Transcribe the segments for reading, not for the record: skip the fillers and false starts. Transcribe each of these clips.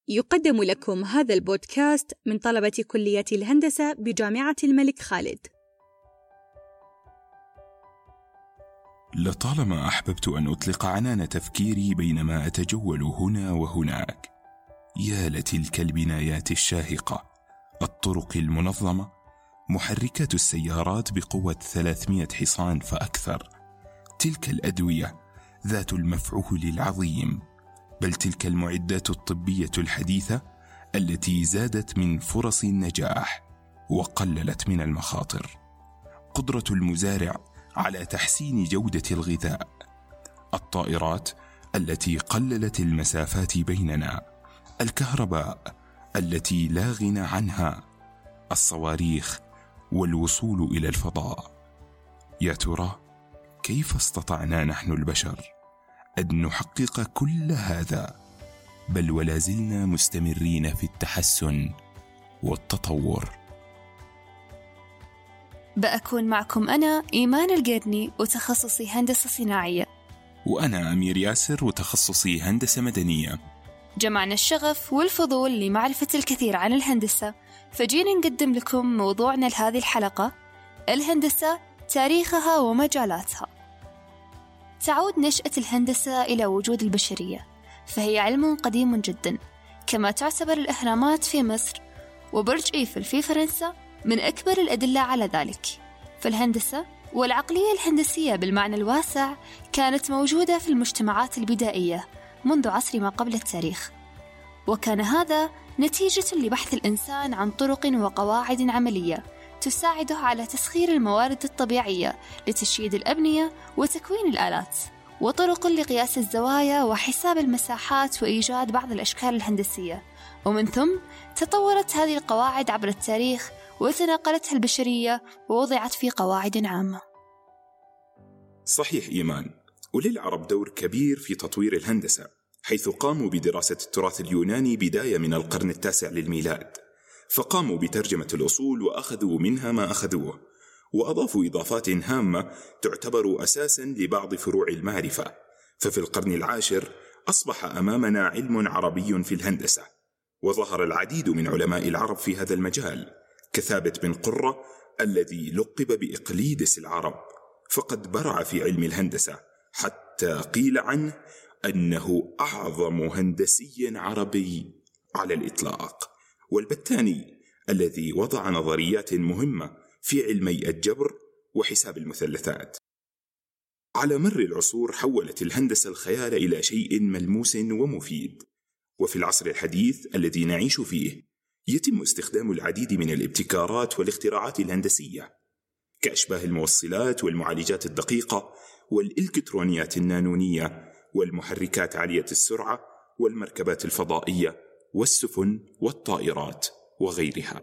يقدم لكم هذا البودكاست من طلبة كلية الهندسة بجامعة الملك خالد. لطالما أحببت أن أطلق عنان تفكيري بينما أتجول هنا وهناك. يا لتلك البنايات الشاهقة، الطرق المنظمة، محركات السيارات بقوة 300 حصان فأكثر، تلك الأدوية ذات المفعول العظيم، بل تلك المعدات الطبية الحديثة التي زادت من فرص النجاح وقللت من المخاطر، قدرة المزارع على تحسين جودة الغذاء، الطائرات التي قللت المسافات بيننا، الكهرباء التي لا غنى عنها، الصواريخ والوصول إلى الفضاء. يا ترى كيف استطعنا نحن البشر أن نحقق كل هذا، بل ولا زلنا مستمرين في التحسن والتطور؟ بأكون معكم أنا إيمان القرني وتخصصي هندسة صناعية، وأنا أمير ياسر وتخصصي هندسة مدنية. جمعنا الشغف والفضول لمعرفة الكثير عن الهندسة، فجينا نقدم لكم موضوعنا لهذه الحلقة: الهندسة، تاريخها ومجالاتها. تعود نشأة الهندسة إلى وجود البشرية، فهي علم قديم جدا، كما تعتبر الأهرامات في مصر وبرج إيفل في فرنسا من أكبر الأدلة على ذلك. فالهندسة والعقلية الهندسية بالمعنى الواسع كانت موجودة في المجتمعات البدائية منذ عصر ما قبل التاريخ، وكان هذا نتيجة لبحث الإنسان عن طرق وقواعد عملية تساعده على تسخير الموارد الطبيعية لتشييد الأبنية وتكوين الآلات، وطرق لقياس الزوايا وحساب المساحات وإيجاد بعض الأشكال الهندسية. ومن ثم تطورت هذه القواعد عبر التاريخ وتناقلتها البشرية ووضعت في قواعد عامة. صحيح إيمان، وللعرب دور كبير في تطوير الهندسة، حيث قاموا بدراسة التراث اليوناني بداية من القرن 9 للميلاد، فقاموا بترجمة الأصول وأخذوا منها ما أخذوه، وأضافوا إضافات هامة تعتبر أساساً لبعض فروع المعرفة. ففي القرن العاشر أصبح أمامنا علم عربي في الهندسة، وظهر العديد من علماء العرب في هذا المجال، كثابت بن قرة الذي لقب بإقليدس العرب، فقد برع في علم الهندسة حتى قيل عنه أنه أعظم هندسي عربي على الإطلاق. والبتاني الذي وضع نظريات مهمة في علمي الجبر وحساب المثلثات. على مر العصور حولت الهندسة الخيال إلى شيء ملموس ومفيد، وفي العصر الحديث الذي نعيش فيه يتم استخدام العديد من الابتكارات والاختراعات الهندسية، كأشباه الموصلات والمعالجات الدقيقة والإلكترونيات النانونية والمحركات عالية السرعة والمركبات الفضائية والسفن والطائرات وغيرها.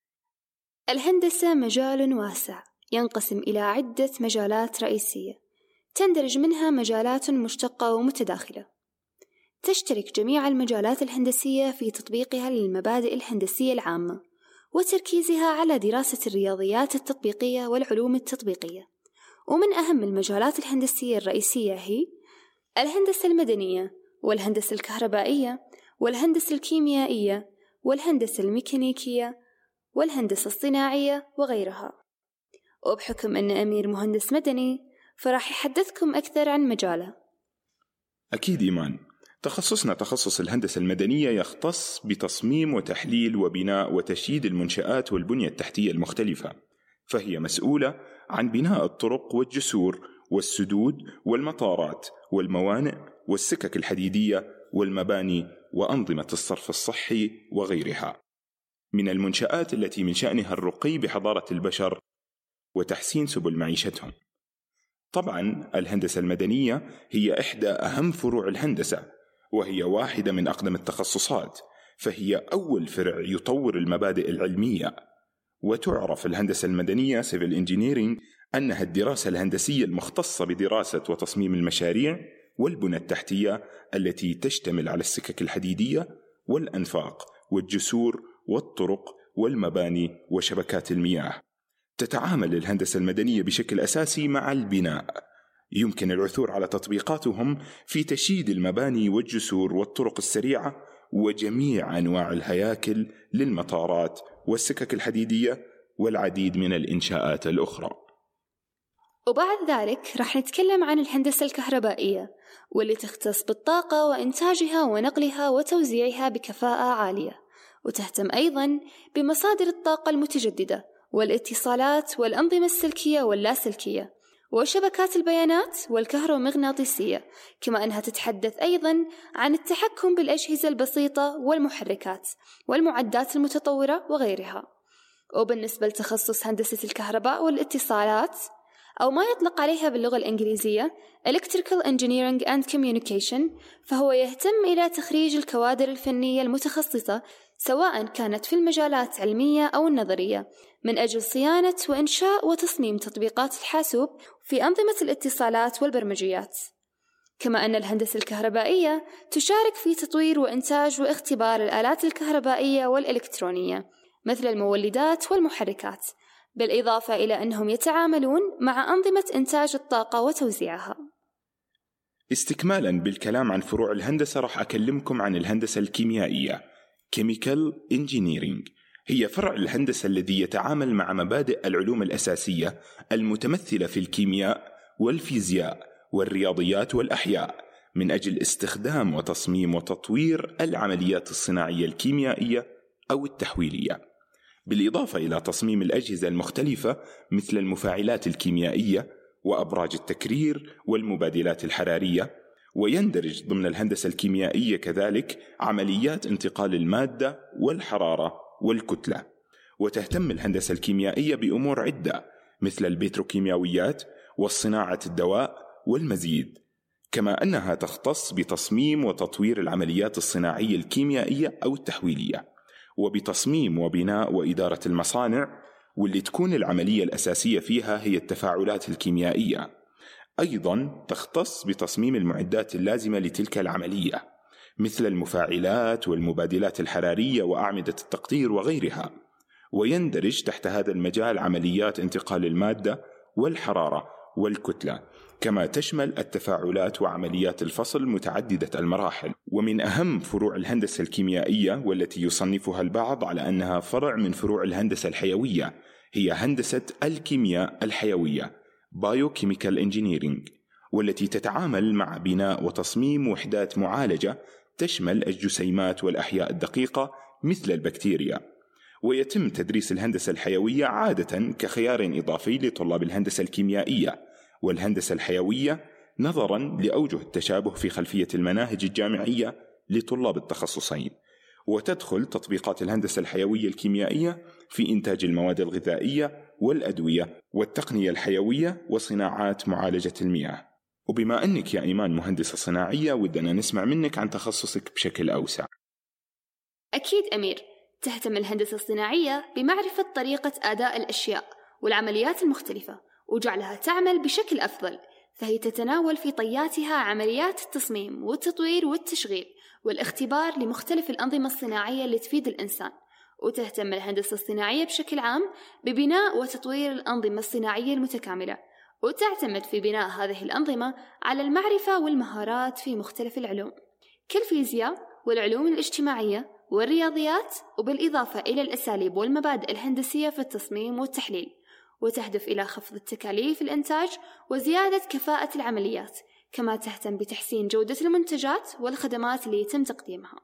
الهندسة مجال واسع ينقسم إلى عدة مجالات رئيسية، تندرج منها مجالات مشتقة ومتداخلة. تشترك جميع المجالات الهندسية في تطبيقها للمبادئ الهندسية العامة وتركيزها على دراسة الرياضيات التطبيقية والعلوم التطبيقية. ومن أهم المجالات الهندسية الرئيسية هي الهندسة المدنية والهندسة الكهربائية والهندسة الكيميائية والهندسة الميكانيكية والهندسة الصناعية وغيرها. وبحكم أن أمير مهندس مدني فراح يحدثكم أكثر عن مجاله. أكيد إيمان، تخصصنا تخصص الهندسة المدنية يختص بتصميم وتحليل وبناء وتشييد المنشآت والبنية التحتية المختلفة، فهي مسؤولة عن بناء الطرق والجسور والسدود والمطارات والموانئ والسكك الحديدية والمباني وأنظمة الصرف الصحي وغيرها من المنشآت التي من شأنها الرقي بحضارة البشر وتحسين سبل معيشتهم. طبعا الهندسة المدنية هي إحدى أهم فروع الهندسة، وهي واحدة من أقدم التخصصات، فهي أول فرع يطور المبادئ العلمية. وتعرف الهندسة المدنية Civil Engineering أنها الدراسة الهندسية المختصة بدراسة وتصميم المشاريع والبنى التحتية التي تشتمل على السكك الحديدية والأنفاق والجسور والطرق والمباني وشبكات المياه. تتعامل الهندسة المدنية بشكل أساسي مع البناء، يمكن العثور على تطبيقاتهم في تشييد المباني والجسور والطرق السريعة وجميع أنواع الهياكل للمطارات والسكك الحديدية والعديد من الإنشاءات الأخرى. وبعد ذلك راح نتكلم عن الهندسة الكهربائية، واللي تختص بالطاقة وإنتاجها ونقلها وتوزيعها بكفاءة عالية، وتهتم أيضاً بمصادر الطاقة المتجددة والاتصالات والأنظمة السلكية واللاسلكية وشبكات البيانات والكهرومغناطيسية، كما أنها تتحدث أيضاً عن التحكم بالأجهزة البسيطة والمحركات والمعدات المتطورة وغيرها. وبالنسبة لتخصص هندسة الكهرباء والاتصالات، أو ما يطلق عليها باللغة الإنجليزية Electrical Engineering and Communication، فهو يهتم إلى تخريج الكوادر الفنية المتخصصة سواء كانت في المجالات العلمية أو النظرية، من أجل صيانة وإنشاء وتصميم تطبيقات الحاسوب في أنظمة الاتصالات والبرمجيات. كما أن الهندسة الكهربائية تشارك في تطوير وإنتاج واختبار الآلات الكهربائية والإلكترونية مثل المولدات والمحركات، بالإضافة إلى أنهم يتعاملون مع أنظمة إنتاج الطاقة وتوزيعها. استكمالاً بالكلام عن فروع الهندسة، راح أكلمكم عن الهندسة الكيميائية Chemical Engineering. هي فرع الهندسة الذي يتعامل مع مبادئ العلوم الأساسية المتمثلة في الكيمياء والفيزياء والرياضيات والأحياء، من أجل استخدام وتصميم وتطوير العمليات الصناعية الكيميائية أو التحويلية، بالإضافة إلى تصميم الأجهزة المختلفة مثل المفاعلات الكيميائية وأبراج التكرير والمبادلات الحرارية. ويندرج ضمن الهندسة الكيميائية كذلك عمليات انتقال المادة والحرارة والكتلة. وتهتم الهندسة الكيميائية بأمور عدة مثل البتروكيماويات والصناعة الدواء والمزيد، كما أنها تختص بتصميم وتطوير العمليات الصناعية الكيميائية أو التحويلية، وبتصميم وبناء وإدارة المصانع، واللي تكون العملية الأساسية فيها هي التفاعلات الكيميائية. أيضا تختص بتصميم المعدات اللازمة لتلك العملية مثل المفاعلات والمبادلات الحرارية وأعمدة التقطير وغيرها. ويندرج تحت هذا المجال عمليات انتقال المادة والحرارة والكتلة، كما تشمل التفاعلات وعمليات الفصل متعددة المراحل. ومن أهم فروع الهندسة الكيميائية والتي يصنفها البعض على أنها فرع من فروع الهندسة الحيوية هي هندسة الكيمياء الحيوية Biochemical Engineering، والتي تتعامل مع بناء وتصميم وحدات معالجة تشمل الجسيمات والأحياء الدقيقة مثل البكتيريا. ويتم تدريس الهندسة الحيوية عادة كخيار إضافي لطلاب الهندسة الكيميائية والهندسة الحيوية، نظرا لأوجه التشابه في خلفية المناهج الجامعية لطلاب التخصصين. وتدخل تطبيقات الهندسة الحيوية الكيميائية في إنتاج المواد الغذائية والأدوية والتقنية الحيوية وصناعات معالجة المياه. وبما أنك يا إيمان مهندسة صناعية، ودنا نسمع منك عن تخصصك بشكل أوسع. أكيد أمير، تهتم الهندسة الصناعية بمعرفة طريقة أداء الأشياء والعمليات المختلفة وجعلها تعمل بشكل أفضل، فهي تتناول في طياتها عمليات التصميم والتطوير والتشغيل والاختبار لمختلف الأنظمة الصناعية اللي تفيد الإنسان. وتهتم الهندسة الصناعية بشكل عام ببناء وتطوير الأنظمة الصناعية المتكاملة، وتعتمد في بناء هذه الأنظمة على المعرفة والمهارات في مختلف العلوم كالفيزياء والعلوم الاجتماعية والرياضيات، وبالإضافة إلى الأساليب والمبادئ الهندسية في التصميم والتحليل، وتهدف إلى خفض التكاليف الإنتاج وزيادة كفاءة العمليات، كما تهتم بتحسين جودة المنتجات والخدمات اللي يتم تقديمها.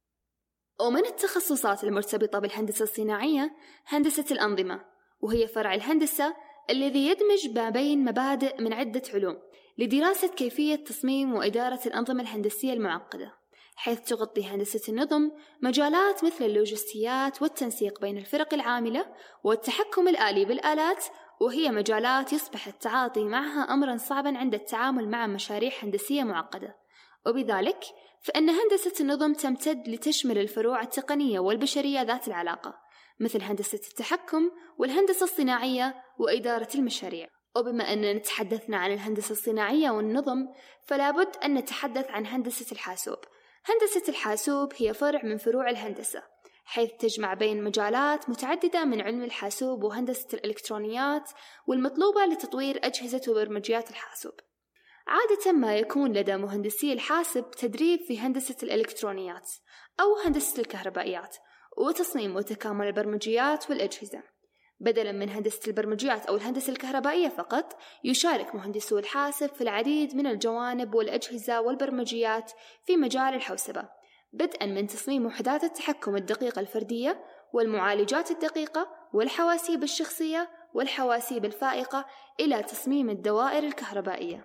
ومن التخصصات المرتبطة بالهندسة الصناعية هندسة الأنظمة، وهي فرع الهندسة الذي يدمج ما بين مبادئ من عدة علوم لدراسة كيفية تصميم وإدارة الأنظمة الهندسية المعقدة، حيث تغطي هندسة النظم مجالات مثل اللوجستيات والتنسيق بين الفرق العاملة والتحكم الآلي بالآلات، وهي مجالات يصبح التعاطي معها أمرا صعبا عند التعامل مع مشاريع هندسية معقدة. وبذلك فإن هندسة النظم تمتد لتشمل الفروع التقنية والبشرية ذات العلاقة مثل هندسة التحكم والهندسة الصناعية وإدارة المشاريع. وبما أننا تحدثنا عن الهندسة الصناعية والنظم، فلا بد أن نتحدث عن هندسة الحاسوب. هندسة الحاسوب هي فرع من فروع الهندسة، حيث تجمع بين مجالات متعددة من علم الحاسوب وهندسة الإلكترونيات والمطلوبة لتطوير أجهزة وبرمجيات الحاسوب. عادة ما يكون لدى مهندسي الحاسب تدريب في هندسة الإلكترونيات أو هندسة الكهربائيات وتصميم وتكامل البرمجيات والأجهزة. بدلاً من هندسة البرمجيات أو الهندسة الكهربائية فقط، يشارك مهندسو الحاسب في العديد من الجوانب والأجهزة والبرمجيات في مجال الحوسبة، بدءاً من تصميم وحدات التحكم الدقيقة الفردية والمعالجات الدقيقة والحواسيب الشخصية والحواسيب الفائقة إلى تصميم الدوائر الكهربائية.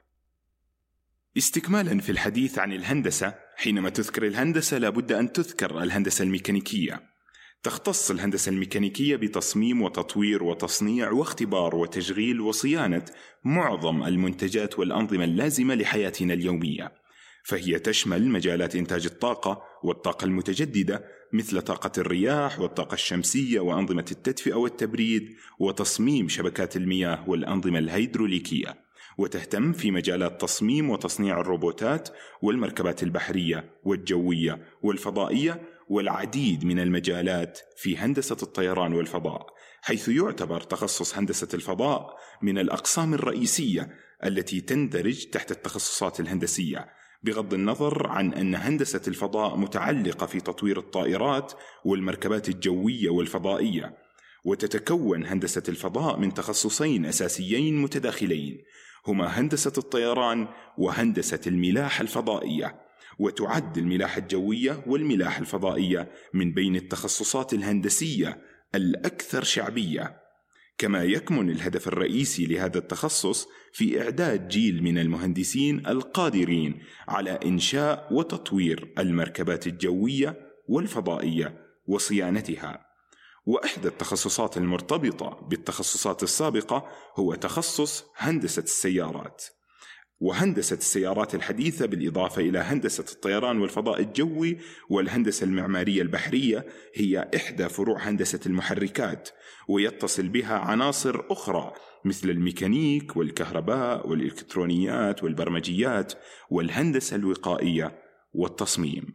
استكمالاً في الحديث عن الهندسة، حينما تذكر الهندسة لابد أن تذكر الهندسة الميكانيكية. تختص الهندسة الميكانيكية بتصميم وتطوير وتصنيع واختبار وتشغيل وصيانة معظم المنتجات والأنظمة اللازمة لحياتنا اليومية، فهي تشمل مجالات إنتاج الطاقة والطاقة المتجددة مثل طاقة الرياح والطاقة الشمسية وأنظمة التدفئة والتبريد وتصميم شبكات المياه والأنظمة الهيدروليكية، وتهتم في مجالات تصميم وتصنيع الروبوتات والمركبات البحرية والجوية والفضائية والعديد من المجالات في هندسة الطيران والفضاء، حيث يعتبر تخصص هندسة الفضاء من الأقسام الرئيسية التي تندرج تحت التخصصات الهندسية، بغض النظر عن أن هندسة الفضاء متعلقة في تطوير الطائرات والمركبات الجوية والفضائية. وتتكون هندسة الفضاء من تخصصين أساسيين متداخلين، هما هندسة الطيران وهندسة الملاحة الفضائية، وتعد الملاحة الجوية والملاحة الفضائية من بين التخصصات الهندسية الأكثر شعبية. كما يكمن الهدف الرئيسي لهذا التخصص في إعداد جيل من المهندسين القادرين على إنشاء وتطوير المركبات الجوية والفضائية وصيانتها. وإحدى التخصصات المرتبطة بالتخصصات السابقة هو تخصص هندسة السيارات. وهندسة السيارات الحديثة بالإضافة إلى هندسة الطيران والفضاء الجوي والهندسة المعمارية البحرية هي إحدى فروع هندسة المحركات، ويتصل بها عناصر أخرى مثل الميكانيك والكهرباء والإلكترونيات والبرمجيات والهندسة الوقائية والتصميم.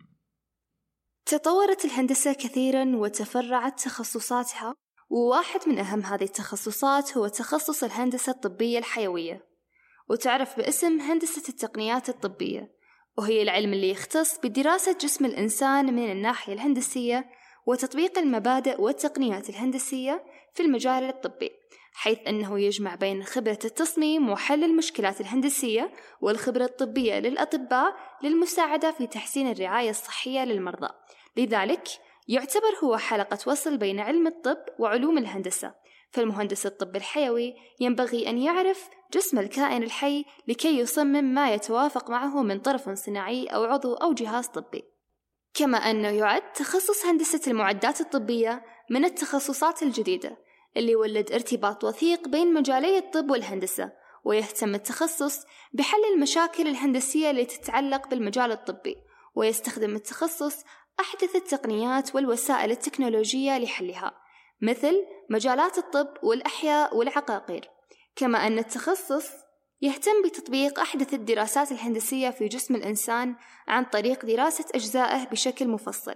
تطورت الهندسة كثيراً وتفرعت تخصصاتها، وواحد من أهم هذه التخصصات هو تخصص الهندسة الطبية الحيوية، وتعرف باسم هندسة التقنيات الطبية، وهي العلم اللي يختص بدراسة جسم الإنسان من الناحية الهندسية وتطبيق المبادئ والتقنيات الهندسية في المجال الطبي، حيث أنه يجمع بين خبرة التصميم وحل المشكلات الهندسية والخبرة الطبية للأطباء للمساعدة في تحسين الرعاية الصحية للمرضى. لذلك يعتبر هو حلقة وصل بين علم الطب وعلوم الهندسة. فالمهندس الطبي الحيوي ينبغي أن يعرف جسم الكائن الحي لكي يصمم ما يتوافق معه من طرف صناعي أو عضو أو جهاز طبي. كما أنه يعد تخصص هندسة المعدات الطبية من التخصصات الجديدة اللي ولد ارتباط وثيق بين مجالي الطب والهندسة، ويهتم التخصص بحل المشاكل الهندسية اللي تتعلق بالمجال الطبي، ويستخدم التخصص أحدث التقنيات والوسائل التكنولوجية لحلها مثل مجالات الطب والأحياء والعقاقير. كما أن التخصص يهتم بتطبيق أحدث الدراسات الهندسية في جسم الإنسان عن طريق دراسة أجزائه بشكل مفصل.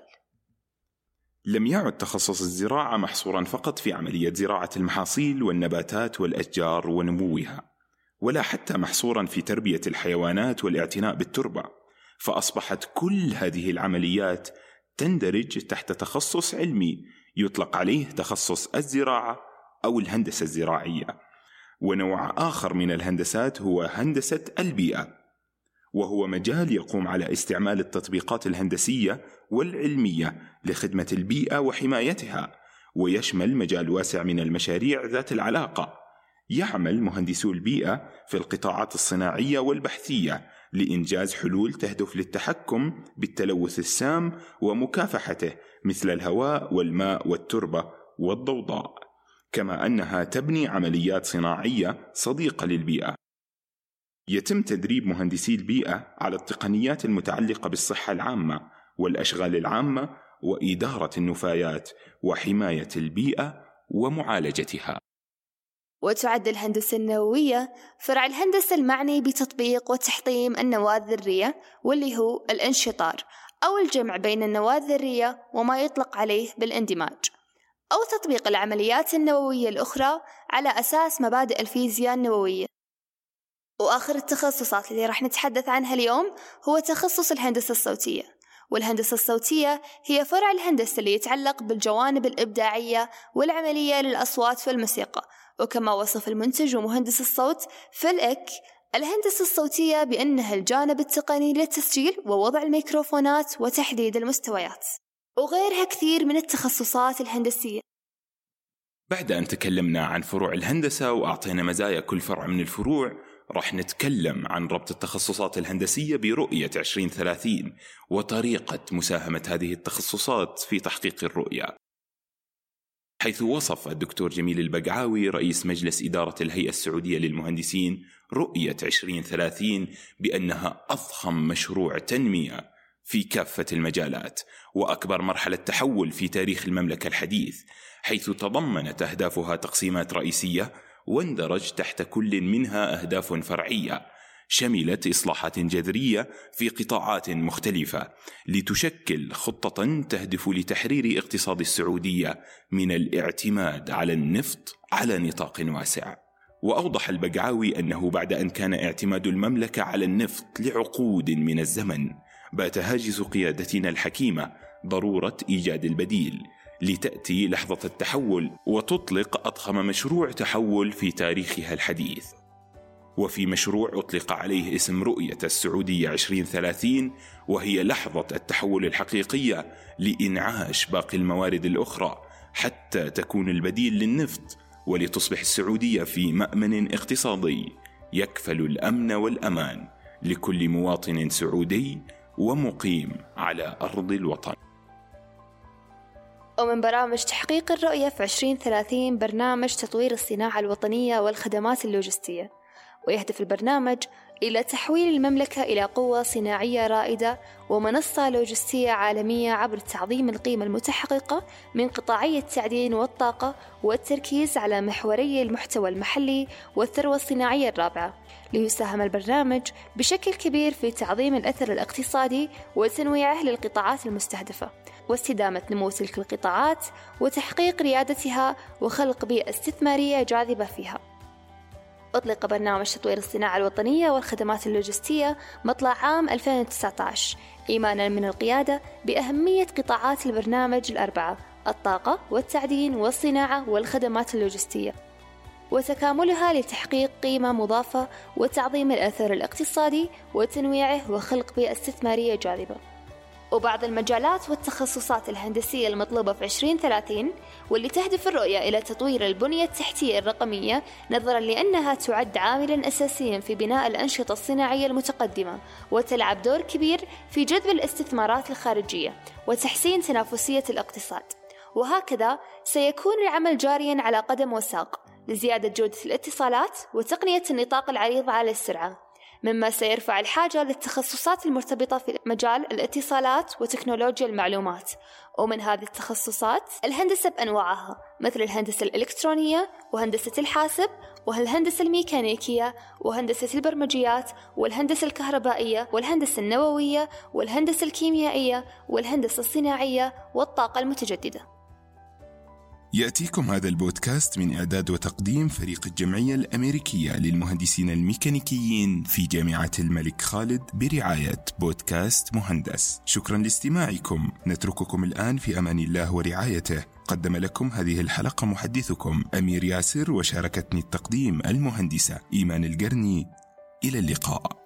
لم يعد تخصص الزراعة محصورا فقط في عملية زراعة المحاصيل والنباتات والأشجار ونموها، ولا حتى محصورا في تربية الحيوانات والاعتناء بالتربة، فأصبحت كل هذه العمليات تندرج تحت تخصص علمي يطلق عليه تخصص الزراعة أو الهندسة الزراعية. ونوع آخر من الهندسات هو هندسة البيئة، وهو مجال يقوم على استعمال التطبيقات الهندسية والعلمية لخدمة البيئة وحمايتها، ويشمل مجال واسع من المشاريع ذات العلاقة. يعمل مهندسو البيئة في القطاعات الصناعية والبحثية لإنجاز حلول تهدف للتحكم بالتلوث السام ومكافحته مثل الهواء والماء والتربة والضوضاء، كما أنها تبني عمليات صناعية صديقة للبيئة. يتم تدريب مهندسي البيئة على التقنيات المتعلقة بالصحة العامة والأشغال العامة وإدارة النفايات وحماية البيئة ومعالجتها. وتعد الهندسة النووية فرع الهندسة المعني بتطبيق وتحطيم النواة الذرية، واللي هو الانشطار أو الجمع بين النواة الذرية وما يطلق عليه بالاندماج، أو تطبيق العمليات النووية الأخرى على أساس مبادئ الفيزياء النووية. وآخر التخصصات اللي راح نتحدث عنها اليوم هو تخصص الهندسة الصوتية. والهندسة الصوتية هي فرع الهندسة اللي يتعلق بالجوانب الإبداعية والعملية للأصوات والموسيقى. وكما وصف المنتج ومهندس الصوت فيل إك الهندسة الصوتية بأنها الجانب التقني للتسجيل ووضع الميكروفونات وتحديد المستويات، وغيرها كثير من التخصصات الهندسية. بعد أن تكلمنا عن فروع الهندسة وأعطينا مزايا كل فرع من الفروع، راح نتكلم عن ربط التخصصات الهندسية برؤية 2030 وطريقة مساهمة هذه التخصصات في تحقيق الرؤية. حيث وصف الدكتور جميل البقعاوي رئيس مجلس إدارة الهيئة السعودية للمهندسين رؤية 2030 بأنها أضخم مشروع تنمية في كافة المجالات وأكبر مرحلة تحول في تاريخ المملكة الحديث، حيث تضمنت أهدافها تقسيمات رئيسية واندرج تحت كل منها أهداف فرعية شملت إصلاحات جذرية في قطاعات مختلفة لتشكل خطة تهدف لتحرير اقتصاد السعودية من الاعتماد على النفط على نطاق واسع. وأوضح البقعاوي أنه بعد أن كان اعتماد المملكة على النفط لعقود من الزمن، بات هاجس قيادتنا الحكيمة ضرورة إيجاد البديل لتأتي لحظة التحول وتطلق أضخم مشروع تحول في تاريخها الحديث. وفي مشروع أطلق عليه اسم رؤية السعودية 2030، وهي لحظة التحول الحقيقية لإنعاش باقي الموارد الأخرى حتى تكون البديل للنفط، ولتصبح السعودية في مأمن اقتصادي يكفل الأمن والأمان لكل مواطن سعودي ومقيم على أرض الوطن. ومن برامج تحقيق الرؤية في 2030 برنامج تطوير الصناعة الوطنية والخدمات اللوجستية، ويهدف البرنامج إلى تحويل المملكة إلى قوة صناعية رائدة ومنصة لوجستية عالمية عبر تعظيم القيمة المتحققة من قطاعي التعدين والطاقة والتركيز على محوري المحتوى المحلي والثروة الصناعية الرابعة، ليساهم البرنامج بشكل كبير في تعظيم الأثر الاقتصادي وتنويعه للقطاعات المستهدفة واستدامة نمو تلك القطاعات وتحقيق ريادتها وخلق بيئة استثمارية جاذبة فيها. أطلق برنامج تطوير الصناعة الوطنية والخدمات اللوجستية مطلع عام 2019 إيمانا من القيادة بأهمية قطاعات البرنامج الأربعة: الطاقة والتعدين والصناعة والخدمات اللوجستية، وتكاملها لتحقيق قيمة مضافة وتعظيم الأثر الاقتصادي وتنويعه وخلق بيئة استثمارية جاذبة. وبعض المجالات والتخصصات الهندسية المطلوبة في 2030 واللي تهدف الرؤية إلى تطوير البنية التحتية الرقمية نظرا لأنها تعد عاملا أساسيا في بناء الأنشطة الصناعية المتقدمة وتلعب دور كبير في جذب الاستثمارات الخارجية وتحسين تنافسية الاقتصاد. وهكذا سيكون العمل جاريا على قدم وساق لزيادة جودة الاتصالات وتقنية النطاق العريض على السرعة، مما سيرفع الحاجة للتخصصات المرتبطة في مجال الاتصالات وتكنولوجيا المعلومات. ومن هذه التخصصات الهندسة بأنواعها مثل الهندسة الإلكترونية وهندسة الحاسب والهندسة الميكانيكية وهندسة البرمجيات والهندسة الكهربائية والهندسة النووية والهندسة الكيميائية والهندسة الصناعية والطاقة المتجددة. يأتيكم هذا البودكاست من إعداد وتقديم فريق الجمعية الأمريكية للمهندسين الميكانيكيين في جامعة الملك خالد برعاية بودكاست مهندس. شكرا لاستماعكم، نترككم الآن في أمان الله ورعايته. قدم لكم هذه الحلقة محدثكم أمير ياسر، وشاركتني التقديم المهندسة إيمان القرني. إلى اللقاء.